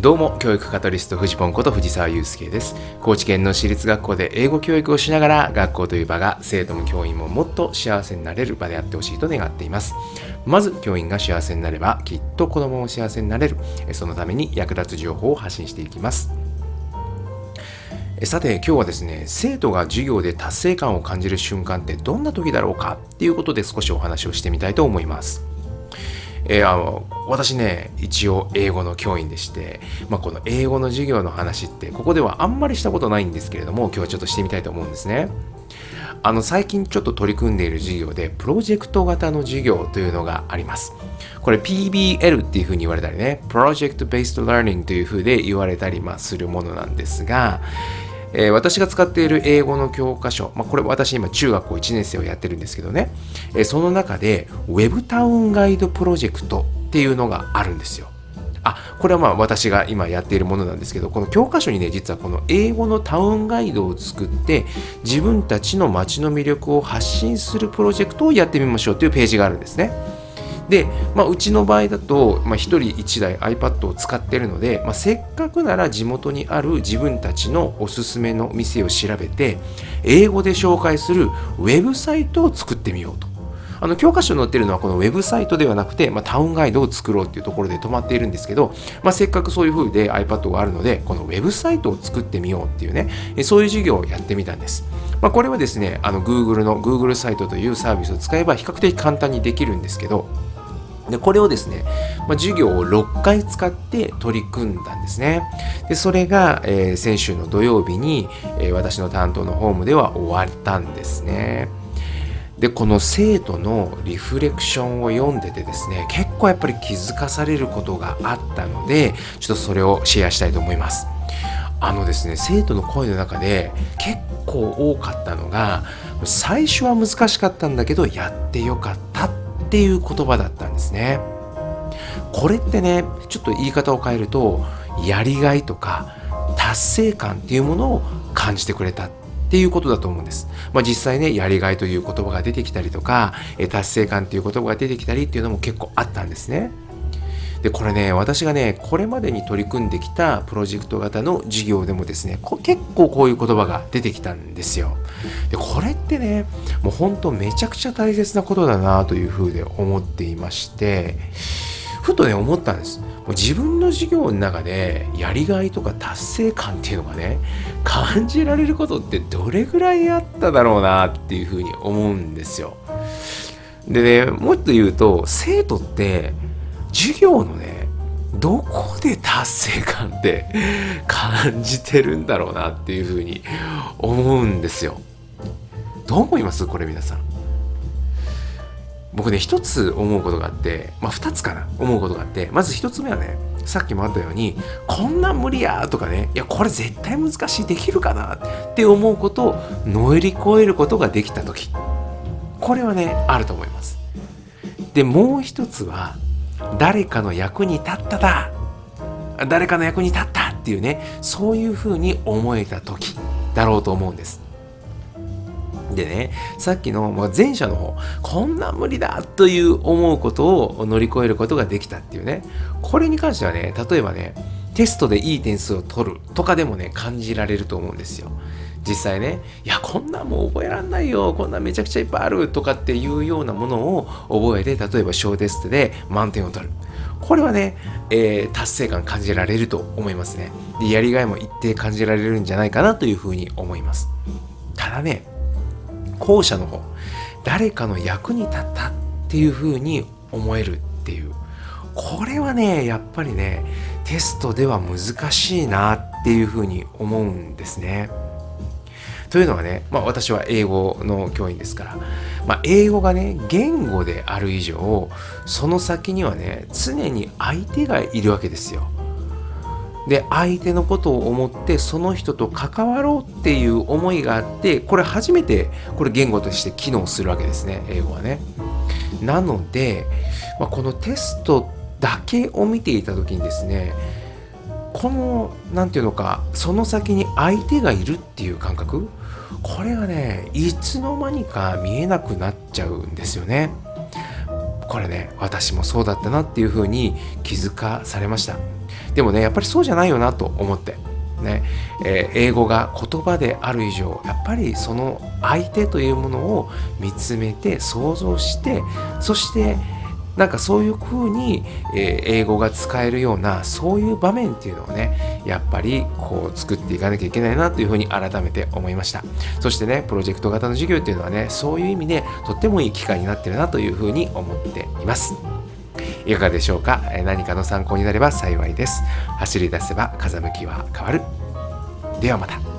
どうも、教育カタリストフジポンこと藤沢祐介です。高知県の私立学校で英語教育をしながら、学校という場が生徒も教員ももっと幸せになれる場であってほしいと願っています。まず教員が幸せになれば、きっと子供も幸せになれる。そのために役立つ情報を発信していきます。さて、今日はですね、生徒が授業で達成感を感じる瞬間ってどんな時だろうかっていうことで少しお話をしてみたいと思います。私ね、一応英語の教員でして、この英語の授業の話ってここではあんまりしたことないんですけれども、今日はちょっとしてみたいと思うんですね。最近ちょっと取り組んでいる授業でプロジェクト型の授業というのがあります。これ PBL っていうふうに言われたりね、Project Based Learning というふうで言われたりするものなんですが、私が使っている英語の教科書、これ私今中学校1年生をやってるんですけどね、その中で Web タウンガイドプロジェクトっていうのがあるんですよ。これは私が今やっているものなんですけど、この教科書にね、実はこの英語のタウンガイドを作って自分たちの街の魅力を発信するプロジェクトをやってみましょうというページがあるんですね。で、うちの場合だと、1人1台 iPad を使っているので、せっかくなら地元にある自分たちのおすすめの店を調べて、英語で紹介するウェブサイトを作ってみようと。教科書に載っているのはこのウェブサイトではなくて、タウンガイドを作ろうっていうところで止まっているんですけど、せっかくそういう風で iPad があるので、このウェブサイトを作ってみようっていうね、そういう授業をやってみたんです。これはですね、Google の Google サイトというサービスを使えば比較的簡単にできるんですけど、でこれをですね、授業を6回使って取り組んだんですね。でそれが、先週の土曜日に、私の担当のホームでは終わったんですね。でこの生徒のリフレクションを読んでてですね、結構やっぱり気づかされることがあったので、ちょっとそれをシェアしたいと思います。ですね、生徒の声の中で結構多かったのが、最初は難しかったんだけどやってよかったっていう言葉だったんですね。これってね、ちょっと言い方を変えると、やりがいとか達成感っていうものを感じてくれたっていうことだと思うんです。実際ね、やりがいという言葉が出てきたりとか、達成感っていう言葉が出てきたりっていうのも結構あったんですね。でこれね、私がね、これまでに取り組んできたプロジェクト型の授業でもですね、結構こういう言葉が出てきたんですよ。でこれってね、もう本当めちゃくちゃ大切なことだなというふうで思っていまして、ふとね思ったんです。もう自分の授業の中でやりがいとか達成感っていうのがね、感じられることってどれぐらいあっただろうなっていうふうに思うんですよ。でね、もっと言うと、生徒って授業のね、どこで達成感って感じてるんだろうなっていうふうに思うんですよ。どう思います？これ皆さん。僕ね、一つ思うことがあって、二つかな思うことがあって、まず一つ目はね、さっきもあったように、こんなん無理やとかね、いやこれ絶対難しい、できるかなって思うことを乗り越えることができたとき、これはね、あると思います。でもう一つは、誰かの役に立っただ、誰かの役に立ったっていうね、そういうふうに思えたときだろうと思うんです。でね、さっきの前者の方、こんな無理だという思うことを乗り越えることができたっていうね、これに関してはね、例えばね、テストでいい点数を取るとかでもね、感じられると思うんですよ。実際ね、いやこんなんもう覚えらんないよ、こんなんめちゃくちゃいっぱいあるとかっていうようなものを覚えて、例えば小テストで満点を取る、これはね、達成感感じられると思いますね。でやりがいも一定感じられるんじゃないかなというふうに思います。ただね、後者の方、誰かの役に立ったっていう風に思えるっていう、これはね、やっぱりね、テストでは難しいなっていう風に思うんですね。というのはね、私は英語の教員ですから、英語がね、言語である以上、その先にはね、常に相手がいるわけですよ。で相手のことを思ってその人と関わろうっていう思いがあって、これ初めてこれ言語として機能するわけですね、英語はね。なので、このテストだけを見ていた時にですね、このなんていうのか、その先に相手がいるっていう感覚、これがね、いつの間にか見えなくなっちゃうんですよね。これね、私もそうだったなっていうふうに気づかされました。 でもね、やっぱりそうじゃないよなと思ってね、英語が言葉である以上、やっぱりその相手というものを見つめて想像して、そしてなんかそういう風に、英語が使えるようなそういう場面っていうのをね、やっぱりこう作っていかなきゃいけないなという風に改めて思いました。そしてね、プロジェクト型の授業っていうのはね、そういう意味でとってもいい機会になってるなという風に思っています。いかがでしょうか。何かの参考になれば幸いです。走り出せば風向きは変わる。ではまた。